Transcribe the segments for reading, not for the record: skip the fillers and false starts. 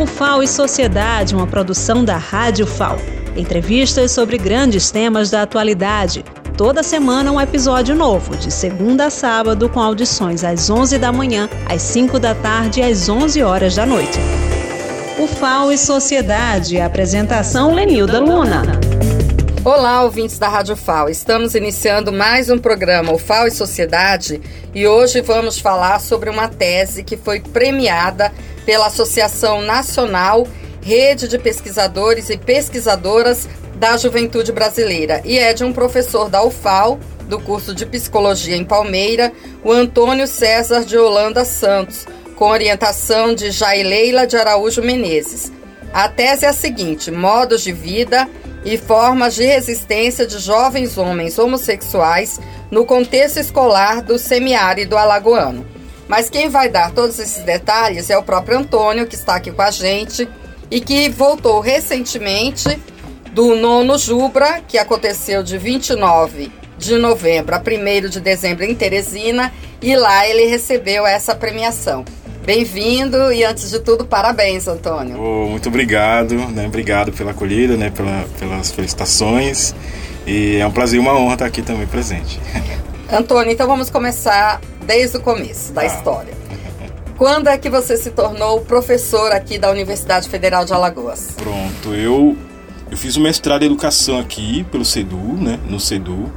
O FAO e Sociedade, uma produção da Rádio FAO. Entrevistas sobre grandes temas da atualidade. Toda semana um episódio novo, de segunda a sábado, com audições às 11 da manhã, às 5 da tarde e às 11 horas da noite. O FAO e Sociedade, apresentação Lenilda Luna. Olá, ouvintes da Rádio FAO. Estamos iniciando mais um programa, o FAO e Sociedade, e hoje vamos falar sobre uma tese que foi premiada pela Associação Nacional Rede de Pesquisadores e Pesquisadoras da Juventude Brasileira, e é de um professor da UFAL, do curso de Psicologia em Palmeira, o Antônio César de Holanda Santos, com orientação de Jaileila de Araújo Menezes. A tese é a seguinte: modos de vida e formas de resistência de jovens homens homossexuais no contexto escolar do semiárido alagoano. Mas quem vai dar todos esses detalhes é o próprio Antônio, que está aqui com a gente e que voltou recentemente do 9º Jubra, que aconteceu de 29 de novembro a 1º de dezembro em Teresina, e lá ele recebeu essa premiação. Bem-vindo e, antes de tudo, parabéns, Antônio. Muito obrigado, obrigado pela acolhida, pelas felicitações, e é um prazer e uma honra estar aqui também presente. Antônio, então vamos começar desde o começo da história. Quando é que você se tornou professor aqui da Universidade Federal de Alagoas? Pronto, eu fiz o mestrado em educação aqui pelo CEDU, no CEDU,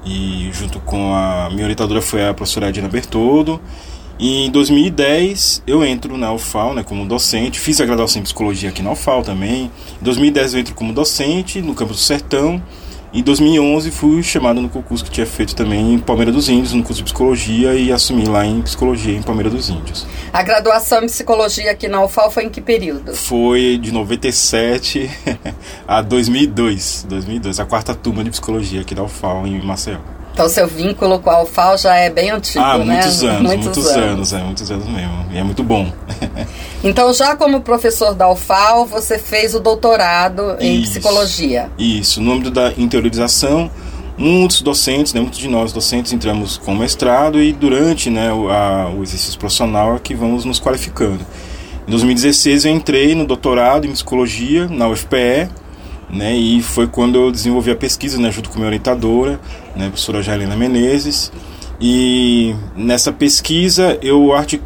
e junto com a minha orientadora foi a professora Edna Bertoldo. E em 2010 eu entro na UFAL, como docente, fiz a graduação em psicologia aqui na UFAL também. Em 2010 eu entro como docente no campus do Sertão. Em 2011 fui chamado no concurso que tinha feito também em Palmeira dos Índios, no curso de psicologia, e assumi lá em psicologia em Palmeira dos Índios. A graduação em psicologia aqui na UFAL foi em que período? Foi de 97 a 2002, a 4ª turma de psicologia aqui da UFAL em Maceió. Então seu vínculo com a UFAL já é bem antigo, muitos anos mesmo, e é muito bom. Então, já como professor da UFAL, você fez o doutorado em psicologia. Isso, no âmbito da interiorização, muitos docentes, muitos de nós docentes entramos com mestrado, e durante o exercício profissional é que vamos nos qualificando. Em 2016 eu entrei no doutorado em psicologia na UFPE, e foi quando eu desenvolvi a pesquisa, junto com a minha orientadora, a professora Jaileila Menezes. E nessa pesquisa eu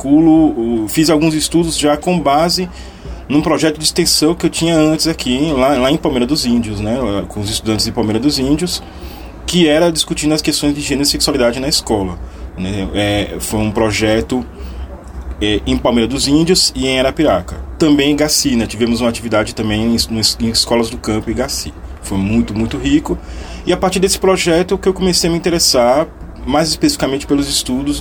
fiz alguns estudos já com base num projeto de extensão que eu tinha antes aqui, lá em Palmeira dos Índios, com os estudantes de Palmeira dos Índios, que era discutindo as questões de gênero e sexualidade na escola. Foi um projeto em Palmeira dos Índios e em Arapiraca. Também em Gaci, tivemos uma atividade também em escolas do campo em Gaci. Foi muito, muito rico. E a partir desse projeto que eu comecei a me interessar mais especificamente pelos estudos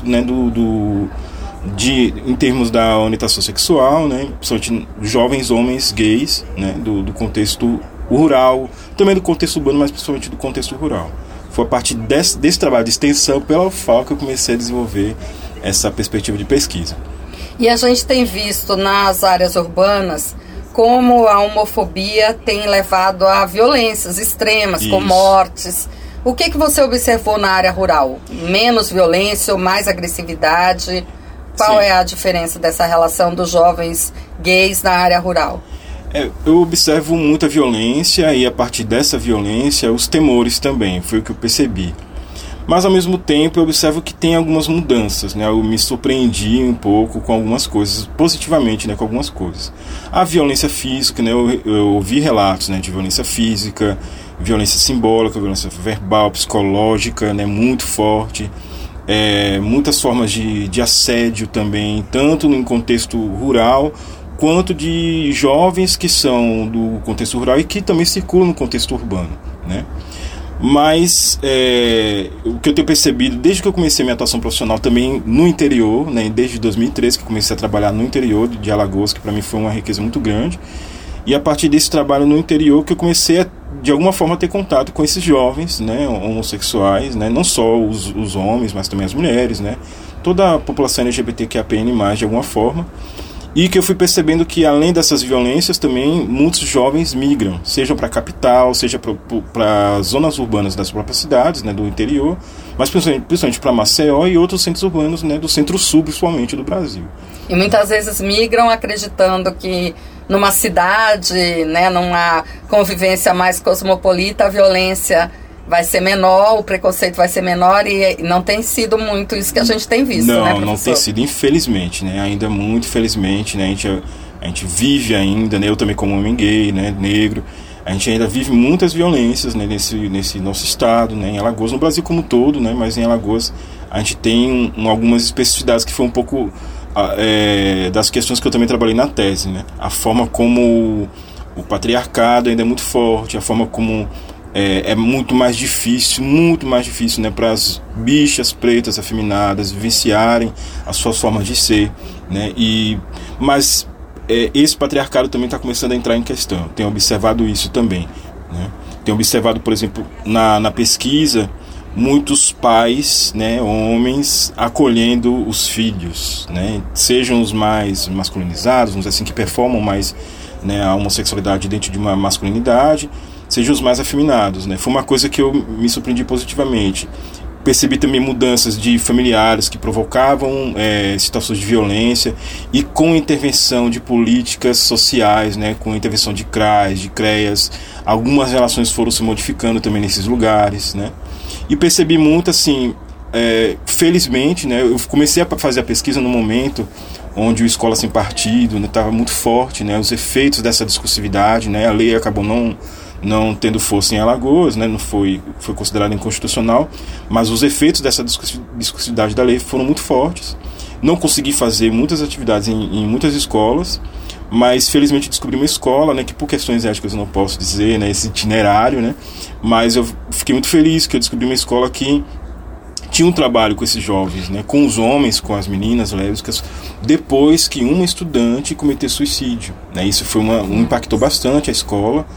em termos da orientação sexual, principalmente jovens homens gays, do contexto rural, também do contexto urbano, mas principalmente do contexto rural. Foi a partir desse trabalho de extensão pela UFAL que eu comecei a desenvolver essa perspectiva de pesquisa. E a gente tem visto nas áreas urbanas como a homofobia tem levado a violências extremas, com mortes. O que você observou na área rural? Menos violência ou mais agressividade? Qual é a diferença dessa relação dos jovens gays na área rural? Eu observo muita violência, e a partir dessa violência os temores também, foi o que eu percebi. Mas ao mesmo tempo eu observo que tem algumas mudanças, Eu me surpreendi um pouco com algumas coisas, positivamente, com algumas coisas. A violência física, eu ouvi relatos, de violência física, violência simbólica, violência verbal, psicológica, muito forte. Muitas formas de assédio também, tanto no contexto rural, quanto de jovens que são do contexto rural e que também circulam no contexto urbano, Mas o que eu tenho percebido desde que eu comecei minha atuação profissional também no interior, desde 2013 que comecei a trabalhar no interior de Alagoas, que para mim foi uma riqueza muito grande, e a partir desse trabalho no interior que eu comecei a, de alguma forma, ter contato com esses jovens homossexuais, não só os homens, mas também as mulheres, toda a população LGBTQIAPN+, de alguma forma. E que eu fui percebendo que, além dessas violências, também muitos jovens migram, seja para a capital, seja para zonas urbanas das próprias cidades, do interior, mas principalmente para Maceió e outros centros urbanos, do centro-sul, principalmente, do Brasil. E muitas vezes migram acreditando que numa cidade, né, numa convivência mais cosmopolita, a violência vai ser menor, o preconceito vai ser menor, e não tem sido muito isso que a gente tem visto, né, professor? Não tem sido, infelizmente, né, ainda muito felizmente, né, a gente vive ainda, né, eu também como homem gay, né, negro, a gente ainda vive muitas violências, né, nesse nosso estado, né, em Alagoas, no Brasil como um todo, né, mas em Alagoas a gente tem algumas especificidades que foi um pouco das questões que eu também trabalhei na tese, né, a forma como o patriarcado ainda é muito forte, a forma como é muito mais difícil, né, para as bichas pretas afeminadas vivenciarem as suas formas de ser, né, mas esse patriarcado também está começando a entrar em questão. Eu tenho observado isso também, né? Tenho observado, por exemplo, na pesquisa, muitos pais, né, homens, acolhendo os filhos, né, sejam os mais masculinizados, vamos dizer assim, que performam mais, né, a homossexualidade dentro de uma masculinidade, sejam os mais afeminados, né. Foi uma coisa que eu me surpreendi positivamente. Percebi também mudanças de familiares que provocavam situações de violência, e com intervenção de políticas sociais, né, com intervenção de CRAs, de CREAs, algumas relações foram se modificando também nesses lugares, né. E percebi muito, assim, felizmente, né, eu comecei a fazer a pesquisa no momento onde o Escola Sem Partido estava muito forte, né, os efeitos dessa discursividade, né, a lei acabou não tendo força em Alagoas, né, foi considerada inconstitucional, mas os efeitos dessa discursividade da lei foram muito fortes. Não consegui fazer muitas atividades em muitas escolas, mas felizmente descobri uma escola, né, que por questões éticas eu não posso dizer, né, esse itinerário, né, mas eu fiquei muito feliz que eu descobri uma escola que tinha um trabalho com esses jovens, né, com os homens, com as meninas lésbicas, depois que uma estudante cometeu suicídio, né. Isso foi impactou bastante a escola.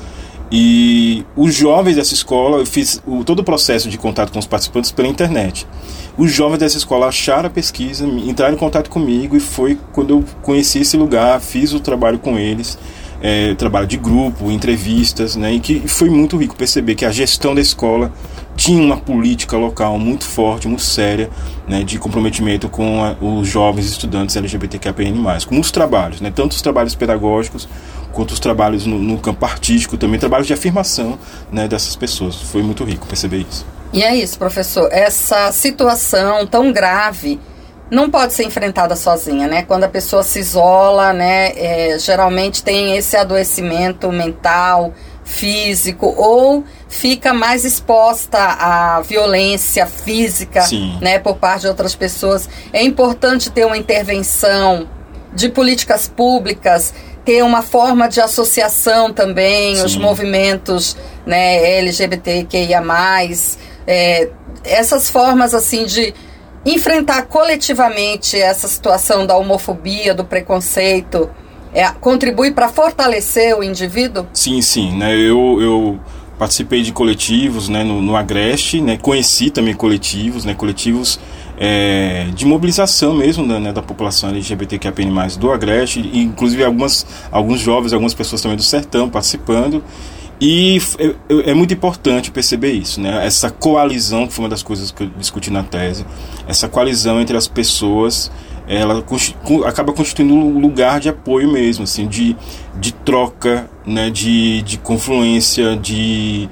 E os jovens dessa escola, eu fiz todo o processo de contato com os participantes pela internet. Os jovens dessa escola acharam a pesquisa, entraram em contato comigo, e foi quando eu conheci esse lugar, fiz o trabalho com eles, trabalho de grupo, entrevistas, né, e que foi muito rico perceber que a gestão da escola tinha uma política local muito forte, muito séria, né, de comprometimento com os jovens estudantes LGBTQIAPN+, com muitos trabalhos, né, tanto os trabalhos pedagógicos quanto os trabalhos no campo artístico, também trabalhos de afirmação, né, dessas pessoas. Foi muito rico perceber isso. E é isso, professor, essa situação tão grave não pode ser enfrentada sozinha, né? Quando a pessoa se isola, né, geralmente tem esse adoecimento mental, físico, ou fica mais exposta à violência física, né, por parte de outras pessoas. É importante ter uma intervenção de políticas públicas, ter uma forma de associação também, os movimentos, né, LGBTQIA+, essas formas assim de enfrentar coletivamente essa situação da homofobia, do preconceito, contribui para fortalecer o indivíduo? Sim, né, eu participei de coletivos, né, no Agreste, né, conheci também coletivos, né, de mobilização mesmo, né, da população LGBTQIAPN+, do Agreste, e inclusive alguns jovens, algumas pessoas também do sertão participando. E é muito importante perceber isso, né? Essa coalizão, que foi uma das coisas que eu discuti na tese, essa coalizão entre as pessoas, ela acaba constituindo um lugar de apoio mesmo, assim, de troca, né, de confluência, de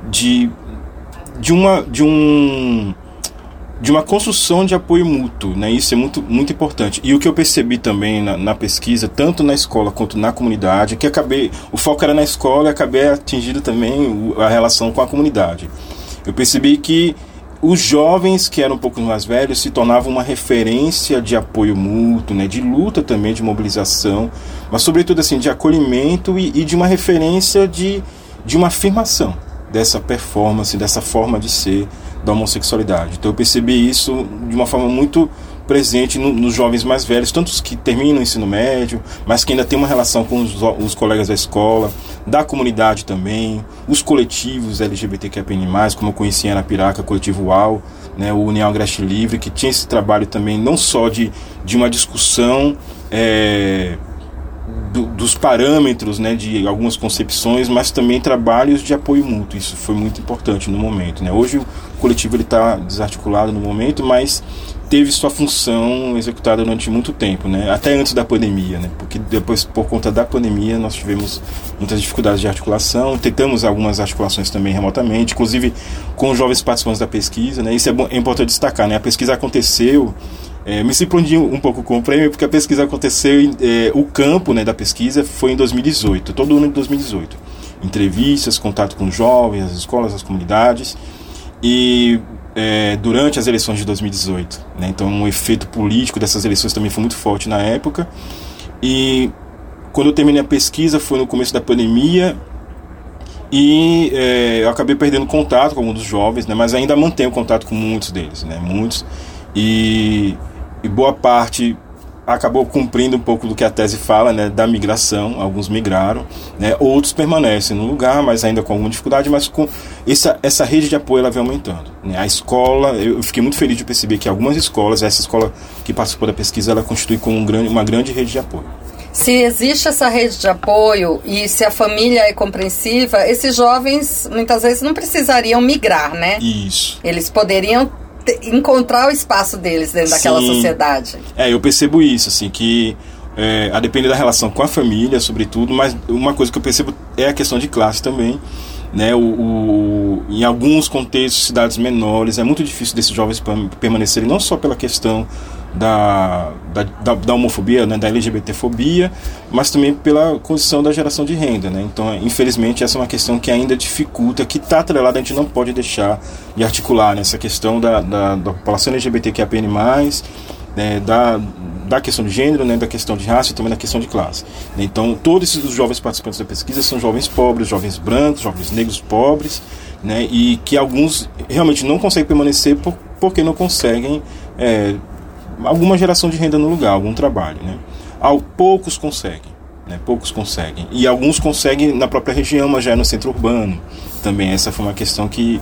uma construção de apoio mútuo, né? Isso é muito, muito importante. E o que eu percebi também na pesquisa, tanto na escola quanto na comunidade, é que o foco era na escola e acabei atingindo também a relação com a comunidade. Eu percebi que os jovens que eram um pouco mais velhos se tornavam uma referência de apoio mútuo, né? De luta também, de mobilização, mas sobretudo assim, de acolhimento e de uma referência de uma afirmação dessa performance, dessa forma de ser da homossexualidade. Então eu percebi isso de uma forma muito presente nos jovens mais velhos, tanto os que terminam o ensino médio, mas que ainda tem uma relação com os colegas da escola, da comunidade também, os coletivos LGBTQIAPN+, como eu conheci em Arapiraca, o coletivo UAU, né, o União Agreste Livre, que tinha esse trabalho também, não só de uma discussão dos parâmetros, né, de algumas concepções, mas também trabalhos de apoio mútuo. Isso foi muito importante no momento, né? Hoje o coletivo está desarticulado no momento, mas teve sua função executada durante muito tempo, né? Até antes da pandemia, né? Porque depois, por conta da pandemia, nós tivemos muitas dificuldades de articulação, tentamos algumas articulações também remotamente, inclusive com os jovens participantes da pesquisa, né? Isso é importante destacar, né? A pesquisa aconteceu, me surpreendi um pouco com o prêmio, porque a pesquisa aconteceu, o campo, né, da pesquisa foi em 2018, todo ano de 2018. Entrevistas, contato com jovens, as escolas, as comunidades, e durante as eleições de 2018. Né, então, um efeito político dessas eleições também foi muito forte na época. E quando eu terminei a pesquisa foi no começo da pandemia, e eu acabei perdendo contato com alguns dos jovens, né, mas ainda mantenho contato com muitos deles, né, muitos. E boa parte acabou cumprindo um pouco do que a tese fala, né, da migração. Alguns migraram, né, outros permanecem no lugar, mas ainda com alguma dificuldade, mas com essa rede de apoio ela vem aumentando, né. A escola, eu fiquei muito feliz de perceber que algumas escolas, essa escola que participou da pesquisa, ela constitui como uma grande rede de apoio. Se existe essa rede de apoio e se a família é compreensiva, esses jovens muitas vezes não precisariam migrar, né? Isso. Eles poderiam encontrar o espaço deles dentro daquela sociedade. Eu percebo isso, assim, que a depender da relação com a família, sobretudo, mas uma coisa que eu percebo é a questão de classe também, né? Em alguns contextos, cidades menores, é muito difícil desses jovens permanecerem, não só pela questão da homofobia, né, da LGBTfobia, mas também pela condição da geração de renda, né? Então, infelizmente, essa é uma questão que ainda dificulta, que está atrelada, a gente não pode deixar de articular, né, essa questão da população LGBTQIAPN+, né, da questão de gênero, né, da questão de raça e também da questão de classe. Então, todos esses jovens participantes da pesquisa são jovens pobres, jovens brancos, jovens negros pobres, né, e que alguns realmente não conseguem permanecer porque não conseguem alguma geração de renda no lugar, algum trabalho, né. Poucos conseguem, né, poucos conseguem, e alguns conseguem na própria região, mas já é no centro urbano também. Essa foi uma questão que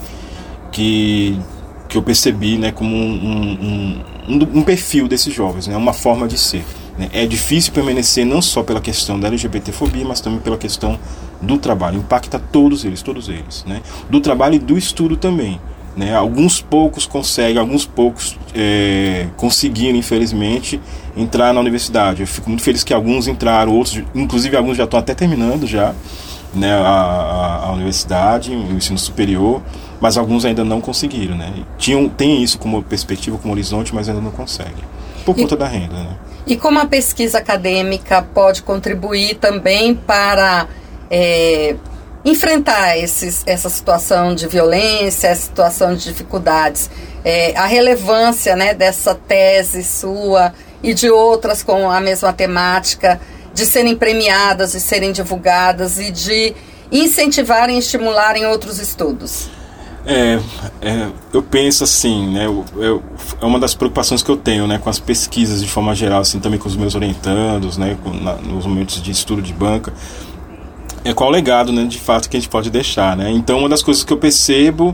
eu percebi, né, como um perfil desses jovens, né, uma forma de ser, né. É difícil permanecer não só pela questão da LGBTfobia, mas também pela questão do trabalho. Impacta todos eles, né, do trabalho e do estudo também, né. Alguns poucos conseguem, alguns poucos conseguiram, infelizmente, entrar na universidade. Eu fico muito feliz que alguns entraram, outros, inclusive alguns já estão até terminando já, né, a universidade, o ensino superior, mas alguns ainda não conseguiram, né. Tem isso como perspectiva, como horizonte, mas ainda não conseguem, por conta da renda, né. E como a pesquisa acadêmica pode contribuir também para enfrentar essa situação de violência, essa situação de dificuldades, a relevância, né, dessa tese sua e de outras com a mesma temática, de serem premiadas, de serem divulgadas e de incentivarem e estimularem outros estudos? Eu penso assim, né, é uma das preocupações que eu tenho, né, com as pesquisas de forma geral, assim, também com os meus orientandos, né, nos momentos de estudo de banca, qual o legado, né, de fato, que a gente pode deixar, né. Então, uma das coisas que eu percebo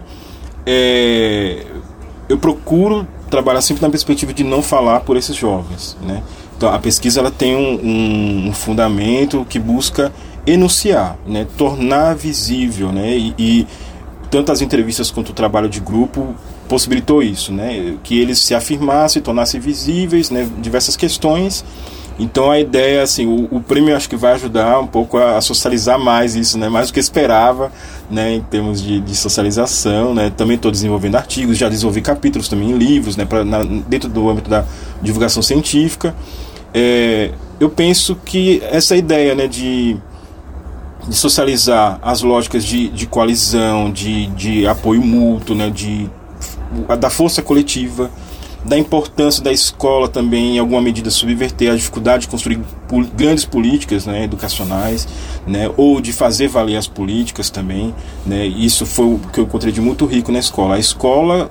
eu procuro trabalhar sempre na perspectiva de não falar por esses jovens, né. Então, a pesquisa ela tem um fundamento que busca enunciar, né, tornar visível, né, e tanto as entrevistas quanto o trabalho de grupo possibilitou isso, né, que eles se afirmassem, tornassem visíveis, né, diversas questões. Então a ideia, assim, o prêmio acho que vai ajudar um pouco a socializar mais isso, né, mais do que esperava, né, em termos de socialização, né. Também estou desenvolvendo artigos, já desenvolvi capítulos também em livros, né, dentro do âmbito da divulgação científica. Eu penso que essa ideia, né, de socializar as lógicas de coalizão, de apoio mútuo, né, da força coletiva, da importância da escola também, em alguma medida, subverter a dificuldade de construir grandes políticas, né, educacionais, né, ou de fazer valer as políticas também, né. Isso foi o que eu encontrei de muito rico na escola. A escola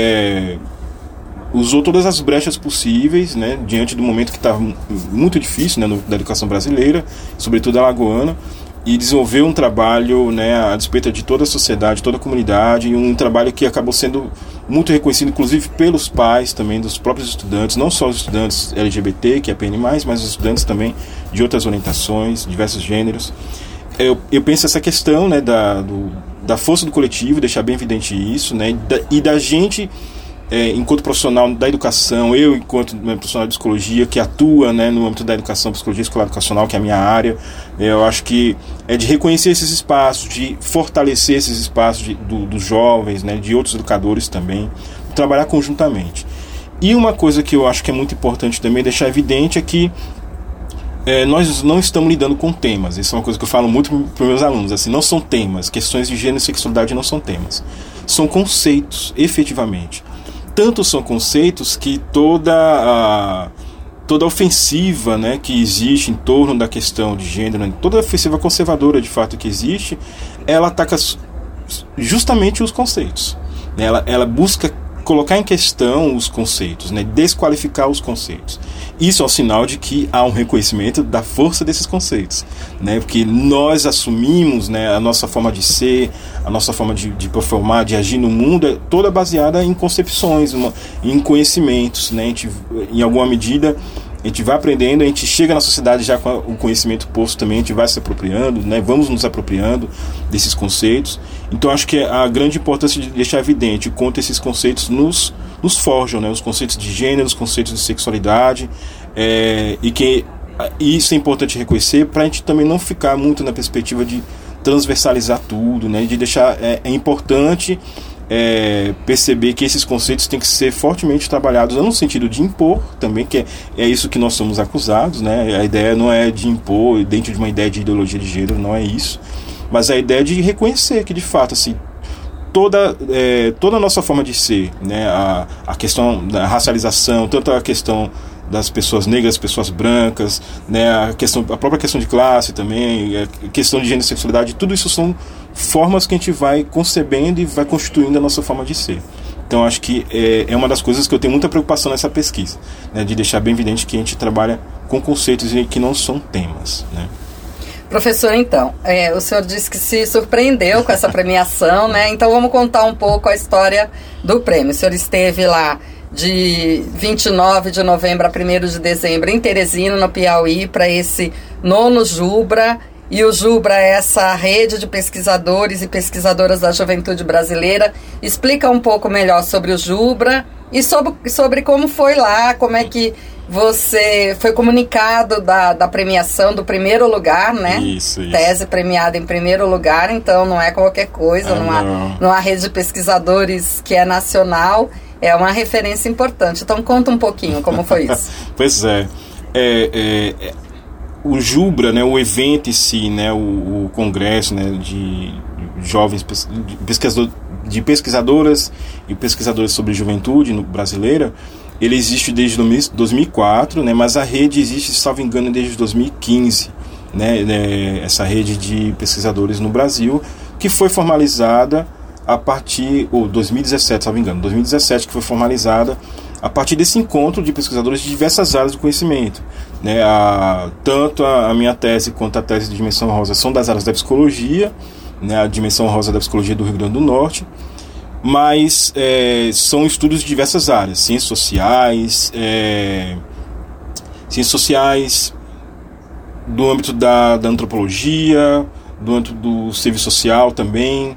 usou todas as brechas possíveis, né, diante do momento que estava muito difícil, né, da educação brasileira, sobretudo alagoana, e desenvolver um trabalho, né, a despeito de toda a sociedade, toda a comunidade, e um trabalho que acabou sendo muito reconhecido, inclusive pelos pais também, dos próprios estudantes, não só os estudantes LGBT, que é PN+, mas os estudantes também de outras orientações, diversos gêneros. Eu penso essa questão, né, da força do coletivo, deixar bem evidente isso, né, e da gente, enquanto profissional da educação, eu enquanto profissional de psicologia que atua, né, no âmbito da educação, psicologia escolar educacional, que é a minha área, eu acho que é de reconhecer esses espaços, de fortalecer esses espaços dos jovens, né, de outros educadores também, trabalhar conjuntamente. E uma coisa que eu acho que é muito importante também deixar evidente é que nós não estamos lidando com temas. Isso é uma coisa que eu falo muito para os meus alunos, assim, não são temas, questões de gênero e sexualidade não são temas, são conceitos, efetivamente. Tanto são conceitos que toda a ofensiva, né, que existe em torno da questão de gênero, né, toda a ofensiva conservadora de fato que existe, ela ataca justamente os conceitos. Ela busca colocar em questão os conceitos, né, desqualificar os conceitos. Isso é um sinal de que há um reconhecimento da força desses conceitos, né, porque nós assumimos, né, a nossa forma de ser, a nossa forma de performar, de agir no mundo, é toda baseada em concepções, em conhecimentos, né, em alguma medida a gente vai aprendendo, a gente chega na sociedade já com o conhecimento posto também, a gente vai se apropriando, né, vamos nos apropriando desses conceitos. Então acho que a grande importância de deixar evidente o quanto esses conceitos nos forjam, né, os conceitos de gênero, os conceitos de sexualidade, e que isso é importante reconhecer para a gente também não ficar muito na perspectiva de transversalizar tudo, né, de deixar, é importante perceber que esses conceitos têm que ser fortemente trabalhados, não no sentido de impor também, que é isso que nós somos acusados, né? A ideia não é de impor dentro de uma ideia de ideologia de gênero, não é isso, mas a ideia de reconhecer que de fato assim, toda a nossa forma de ser, né? A questão da racialização, tanto a questão das pessoas negras, pessoas brancas, né, a própria questão de classe também, a questão de gênero e sexualidade, tudo isso são formas que a gente vai concebendo e vai constituindo a nossa forma de ser. Então acho que é uma das coisas que eu tenho muita preocupação nessa pesquisa, né, de deixar bem evidente que a gente trabalha com conceitos que não são temas, né. Professor, então, o senhor disse que se surpreendeu com essa premiação, né? Então vamos contar um pouco a história do prêmio. O senhor esteve lá de 29 de novembro a 1º de dezembro em Teresina, no Piauí, para esse 9º Jubra. E o Jubra é essa rede de pesquisadores e pesquisadoras da juventude brasileira. Explica um pouco melhor sobre o Jubra e sobre como foi lá, como é que você foi comunicado da premiação do 1º lugar, né? Isso. Tese premiada em 1º lugar, então não é qualquer coisa, numa rede de pesquisadores que é nacional. É uma referência importante. Então conta um pouquinho como foi isso. Pois o Jubra, né, o evento em si, né, o congresso, né, de jovens de pesquisadoras e pesquisadores sobre juventude brasileira, ele existe desde 2004, né, mas a rede existe, salvo engano, desde 2015, né, essa rede de pesquisadores no Brasil, que foi formalizada a partir, 2017, salvo engano, 2017 que foi formalizada a partir desse encontro de pesquisadores de diversas áreas do conhecimento, né? Tanto a minha tese quanto a tese de Dimensão Rosa são das áreas da psicologia, né? A Dimensão Rosa da psicologia do Rio Grande do Norte, mas são estudos de diversas áreas, ciências sociais, do âmbito da antropologia, do âmbito do serviço social também,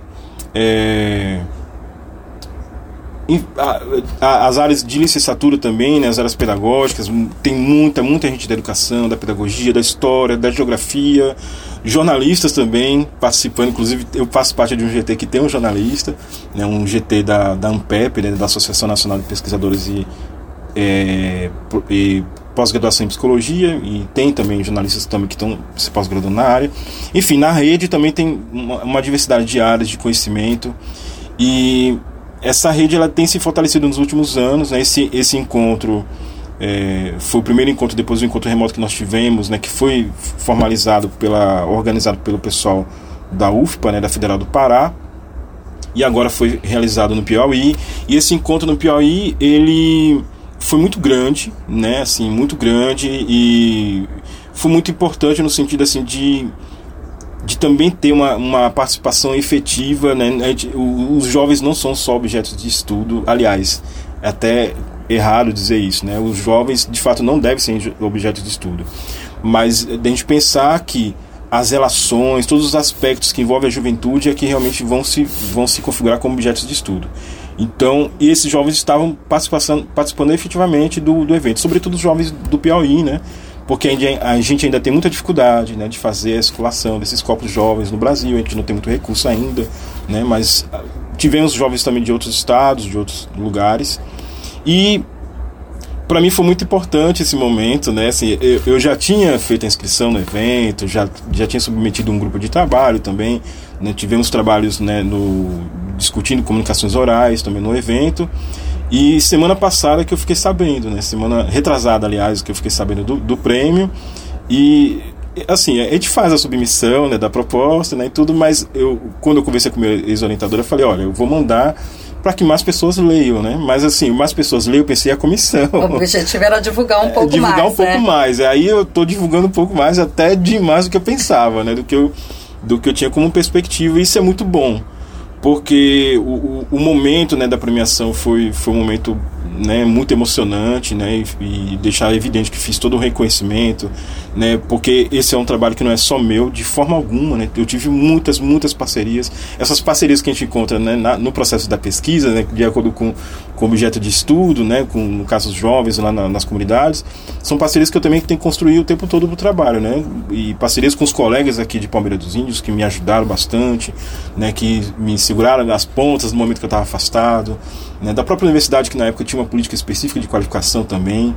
as áreas de licenciatura também, né, as áreas pedagógicas, tem muita gente da educação, da pedagogia, da história, da geografia, jornalistas também participando, inclusive eu faço parte de um GT que tem um jornalista, né, um GT da ANPEP, né, da Associação Nacional de Pesquisadores e pós-graduação em psicologia, e tem também jornalistas também que estão se pós-graduando na área. Enfim, na rede também tem uma diversidade de áreas de conhecimento, e essa rede ela tem se fortalecido nos últimos anos, né? Esse encontro foi o primeiro encontro depois do encontro remoto que nós tivemos, né? Que foi organizado pelo pessoal da UFPA, né? Da Federal do Pará, e agora foi realizado no Piauí. E esse encontro no Piauí, ele foi muito grande, né? Assim, muito grande, e foi muito importante no sentido assim de gente também ter uma participação efetiva, né? Os jovens não são só objetos de estudo, aliás, é até errado dizer isso, né? Os jovens, de fato, não devem ser objetos de estudo, mas a gente pensar que as relações, todos os aspectos que envolvem a juventude é que realmente vão se configurar como objetos de estudo. Então, esses jovens estavam participando efetivamente do evento, sobretudo os jovens do Piauí, né? Porque a gente ainda tem muita dificuldade, né, de fazer a circulação desses corpos jovens no Brasil, a gente não tem muito recurso ainda, né, mas tivemos jovens também de outros estados, de outros lugares, e para mim foi muito importante esse momento, né, assim, eu já tinha feito a inscrição no evento, já tinha submetido um grupo de trabalho também, né, tivemos trabalhos, né, discutindo comunicações orais também no evento. E semana passada que eu fiquei sabendo, né? Semana retrasada, aliás, que eu fiquei sabendo do prêmio. E, assim, a gente faz a submissão, né, da proposta, né, e tudo, mas quando eu conversei com o meu ex-orientador, eu falei, olha, eu vou mandar para que mais pessoas leiam, né? Mas, assim, mais pessoas leiam, eu pensei a comissão. O objetivo era divulgar um pouco mais, divulgar um pouco mais. Aí eu estou divulgando um pouco mais, até demais do que eu pensava, né? Do que eu tinha como perspectiva, e isso é muito bom. Porque o momento, né, da premiação foi um momento, né, muito emocionante, né, e deixar evidente que fiz todo o reconhecimento, né, porque esse é um trabalho que não é só meu de forma alguma, né, eu tive muitas parcerias, essas parcerias que a gente encontra, né, no processo da pesquisa, né, de acordo com objeto de estudo, né, no caso dos jovens lá nas comunidades, são parcerias que eu também tenho que construir o tempo todo do trabalho, né, e parcerias com os colegas aqui de Palmeira dos Índios que me ajudaram bastante, né, que me seguraram as pontas no momento que eu estava afastado, né, da própria universidade, que na época tinha uma política específica de qualificação também,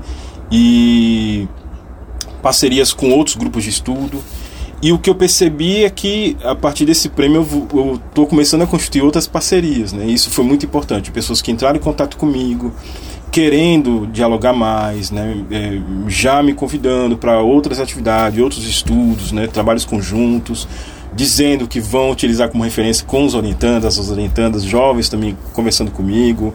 e parcerias com outros grupos de estudo. E o que eu percebi é que a partir desse prêmio eu estou começando a constituir outras parcerias, né? Isso foi muito importante, pessoas que entraram em contato comigo querendo dialogar mais, né? Já me convidando para outras atividades, outros estudos, né? Trabalhos conjuntos, dizendo que vão utilizar como referência com os orientandas, as orientandas, jovens também conversando comigo,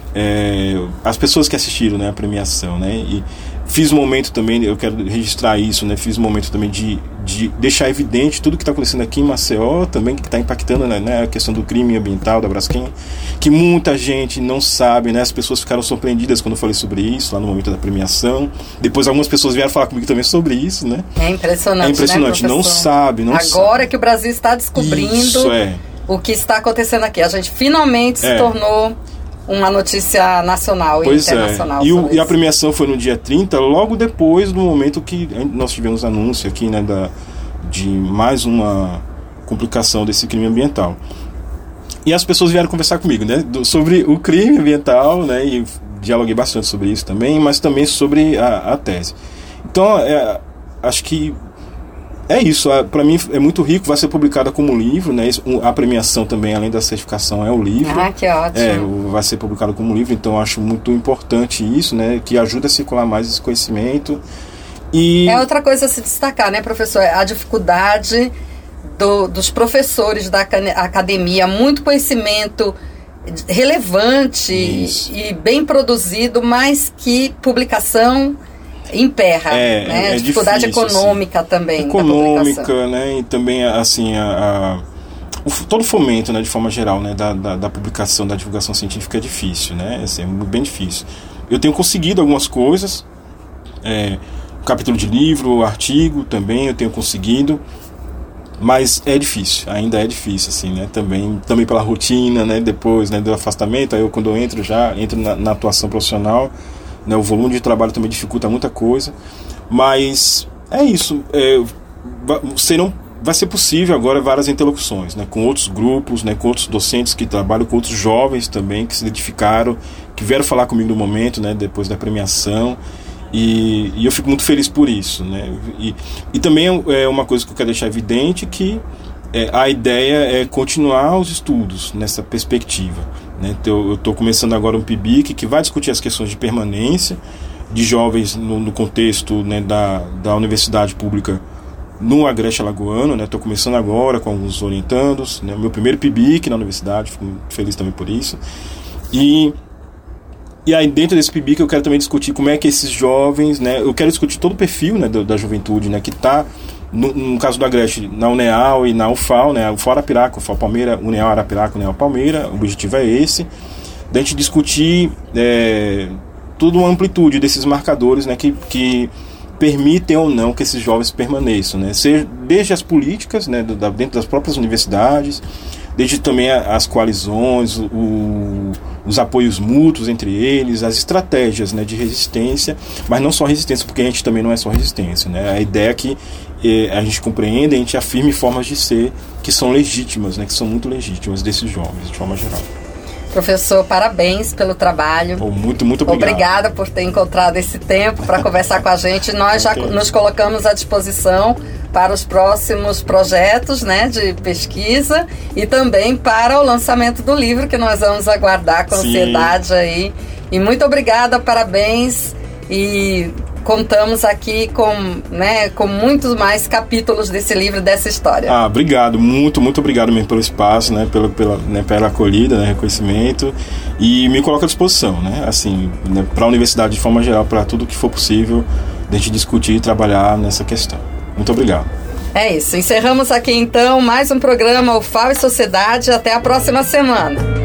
as pessoas que assistiram, né, a premiação, né, e fiz um momento também, eu quero registrar isso, né, fiz um momento também de deixar evidente tudo que está acontecendo aqui em Maceió, também que está impactando, né, a questão do crime ambiental da Braskem, que muita gente não sabe, né, as pessoas ficaram surpreendidas quando eu falei sobre isso lá no momento da premiação. Depois algumas pessoas vieram falar comigo também sobre isso, né. É impressionante, né, não sabe, não agora sabe. Que o Brasil está descobrindo o que está acontecendo aqui, a gente finalmente se tornou uma notícia nacional e internacional. E a premiação foi no dia 30, logo depois do momento que nós tivemos anúncio aqui, né, de mais uma complicação desse crime ambiental. E as pessoas vieram conversar comigo, né, sobre o crime ambiental, né, e dialoguei bastante sobre isso também, mas também sobre a tese. Então, acho que é isso, para mim é muito rico, vai ser publicada como livro, né? A premiação também, além da certificação, é o livro. Ah, que ótimo. Vai ser publicado como livro, então acho muito importante isso, né? Que ajuda a circular mais esse conhecimento. E é outra coisa a se destacar, né, professor? A dificuldade dos professores da academia, muito conhecimento relevante e bem produzido, mas que publicação emperra, né? A dificuldade difícil, econômica assim, também. Econômica, né? E também, assim, todo o fomento, né, de forma geral, né, da publicação, da divulgação científica é difícil, né? Assim, é bem difícil. Eu tenho conseguido algumas coisas, capítulo de livro, artigo também eu tenho conseguido, mas é difícil, ainda é difícil, assim, né? Também pela rotina, né? Depois, né, do afastamento, aí quando eu entro na atuação profissional, né, o volume de trabalho também dificulta muita coisa, mas é isso. Vai ser possível agora várias interlocuções, né, com outros grupos, né, com outros docentes que trabalham, com outros jovens também que se identificaram, que vieram falar comigo no momento, né, depois da premiação, e eu fico muito feliz por isso, né, e também é uma coisa que eu quero deixar evidente, que a ideia é continuar os estudos nessa perspectiva, né? Então, eu estou começando agora um PIBIC que vai discutir as questões de permanência de jovens no contexto, né, da universidade pública no Agreste Alagoano, né? Estou começando agora com alguns orientandos, né? Meu primeiro PIBIC na universidade, fico muito feliz também por isso. E aí dentro desse PIBIC eu quero também discutir como é que esses jovens, né, eu quero discutir todo o perfil, né, da juventude, né, que está no caso do Agreste, na UNEAL e na UFAL, né, UFAL Arapiraca, UFAL Palmeira, UNEAL Arapiraca, UNEAL Palmeira, o objetivo é esse, da gente discutir toda uma amplitude desses marcadores, né, que permitem ou não que esses jovens permaneçam, né, desde as políticas, né, dentro das próprias universidades, desde também as coalizões, os apoios mútuos entre eles, as estratégias, né, de resistência, mas não só resistência, porque a gente também não é só resistência, né? A ideia é que a gente compreenda, a gente afirme formas de ser que são legítimas, né, que são muito legítimas desses jovens, de forma geral. Professor, parabéns pelo trabalho. Muito obrigado. Obrigada por ter encontrado esse tempo para conversar com a gente. Nós já nos colocamos à disposição para os próximos projetos, né, de pesquisa e também para o lançamento do livro, que nós vamos aguardar com ansiedade aí. E muito obrigada, parabéns, e contamos aqui com muitos mais capítulos desse livro, dessa história. Obrigado, muito obrigado mesmo pelo espaço, né, pela acolhida, né, reconhecimento, e me coloco à disposição, né, assim, né, para a universidade de forma geral, para tudo que for possível, de a gente discutir e trabalhar nessa questão. Muito obrigado. É isso, encerramos aqui então mais um programa UFAO e Sociedade. Até a próxima semana.